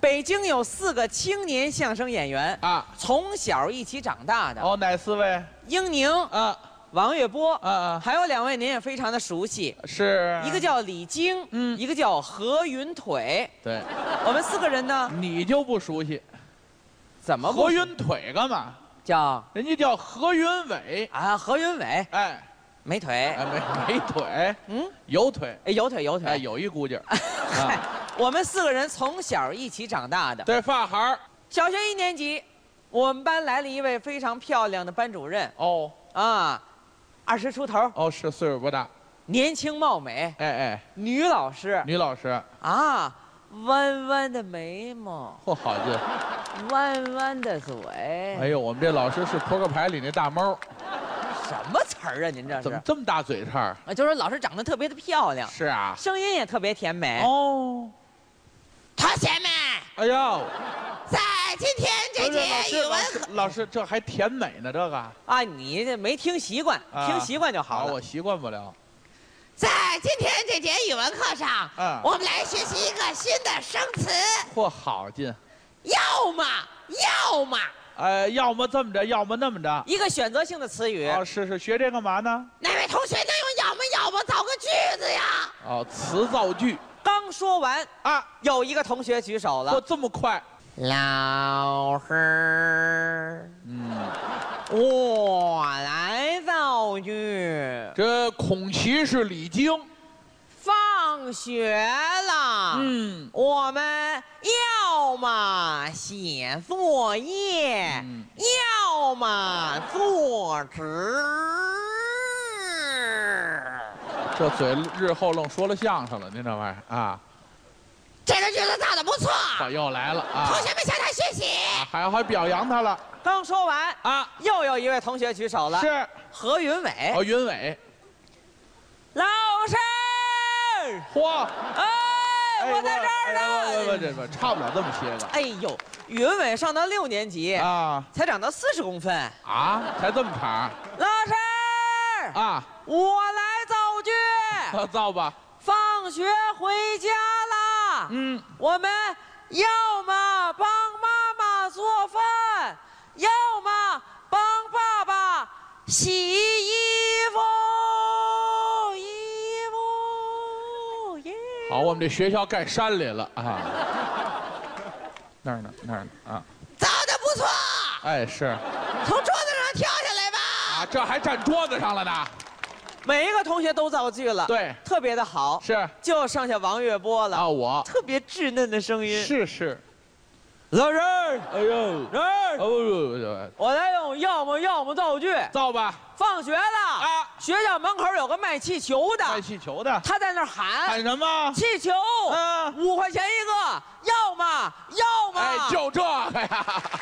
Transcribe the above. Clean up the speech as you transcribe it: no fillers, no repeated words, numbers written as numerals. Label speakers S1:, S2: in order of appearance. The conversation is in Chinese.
S1: 北京有4个青年相声演员
S2: 啊，
S1: 从小一起长大的。
S2: 哦，哪4位？
S1: 英宁
S2: 啊，
S1: 王月波，还有2位您也非常的熟悉，
S2: 是
S1: 一个叫李菁，一个叫何云腿。
S2: 对，
S1: 我们4个人呢，
S2: 你就不熟悉？
S1: 怎么不
S2: 何云腿干嘛？
S1: 叫
S2: 人家叫何云伟
S1: 啊？何云伟，
S2: 哎，
S1: 没腿，
S2: 哎没腿，有腿，
S1: 哎有腿有腿，
S2: 哎有一股劲儿。啊，
S1: 我们4个人从小一起长大的。
S2: 对，发孩儿。
S1: 小学1年级，我们班来了一位非常漂亮的班主任。
S2: 哦
S1: 啊，20出头。
S2: 哦，是岁数不大。
S1: 年轻貌美。
S2: 哎哎，
S1: 女老师。
S2: 女老师。
S1: 啊，弯弯的眉毛。
S2: 嚯，好劲！
S1: 弯弯的嘴。
S2: 哎呦，我们这老师是扑克牌里那大猫。
S1: 什么词儿啊？您这是？
S2: 怎么这么大嘴叉？
S1: 啊，就是老师长得特别的漂亮。
S2: 是啊。
S1: 声音也特别甜美。
S2: 哦。
S1: 同学们。
S2: 哎呦。
S1: 在今天这节语文课，
S2: 老师这还甜美呢，这个
S1: 啊，你这没听习惯，听习惯就好了。
S2: 我习惯不了。
S1: 在今天这节语文课上，我们来学习一个新的生词。
S2: 嚯，好劲！
S1: 要么，
S2: 要么这么着，要么那么着，
S1: 一个选择性的词语。
S2: 哦，是学这干嘛呢？
S1: 哪位同学能用要么造个句子呀？
S2: 哦，词造句。
S1: 刚说完啊，有一个同学举手了。
S2: 这么快？
S1: 老师，我来造句。
S2: 这孔齐是李菁。
S1: 放学了，我们要么写作业，要么坐直。
S2: 这嘴日后愣说了相声了，您这玩意儿啊。
S1: 这个句子造的不错，
S2: 又来了啊！
S1: 同学们向他学习，
S2: 还表扬他了。
S1: 刚说完啊，又有一位同学举手了，
S2: 是
S1: 何云伟。
S2: 哦，云伟，
S1: 老师，
S2: 嚯，
S1: 哎，我在这儿呢。
S2: 不，差不了这么些个。
S1: 哎呦，云伟上到6年级啊，才长到40公分
S2: 啊，才这么长。
S1: 老师
S2: 啊，
S1: 我来造句，
S2: 造吧。
S1: 放学回家啦，我们要么帮妈妈做饭，要么帮爸爸洗衣服。
S2: 好，我们这学校盖山里了啊！那儿呢啊！
S1: 造的不错。
S2: 哎，是。
S1: 从桌子上跳下来吧。
S2: 啊，这还站桌子上了呢。
S1: 每一个同学都造句了，对，特别的好。
S2: 是。
S1: 就剩下王月波了。啊，
S2: 我
S1: 特别稚嫩的声音。
S2: 是。
S1: 老师，
S2: 哎呦，
S1: 人，我来用要么造句。造吧。放学了啊，学校门口有个卖气球的。
S2: 卖气球的。
S1: 他在那儿喊
S2: 什么？
S1: 气球，5块钱一个，要么。
S2: 哎，就这个呀。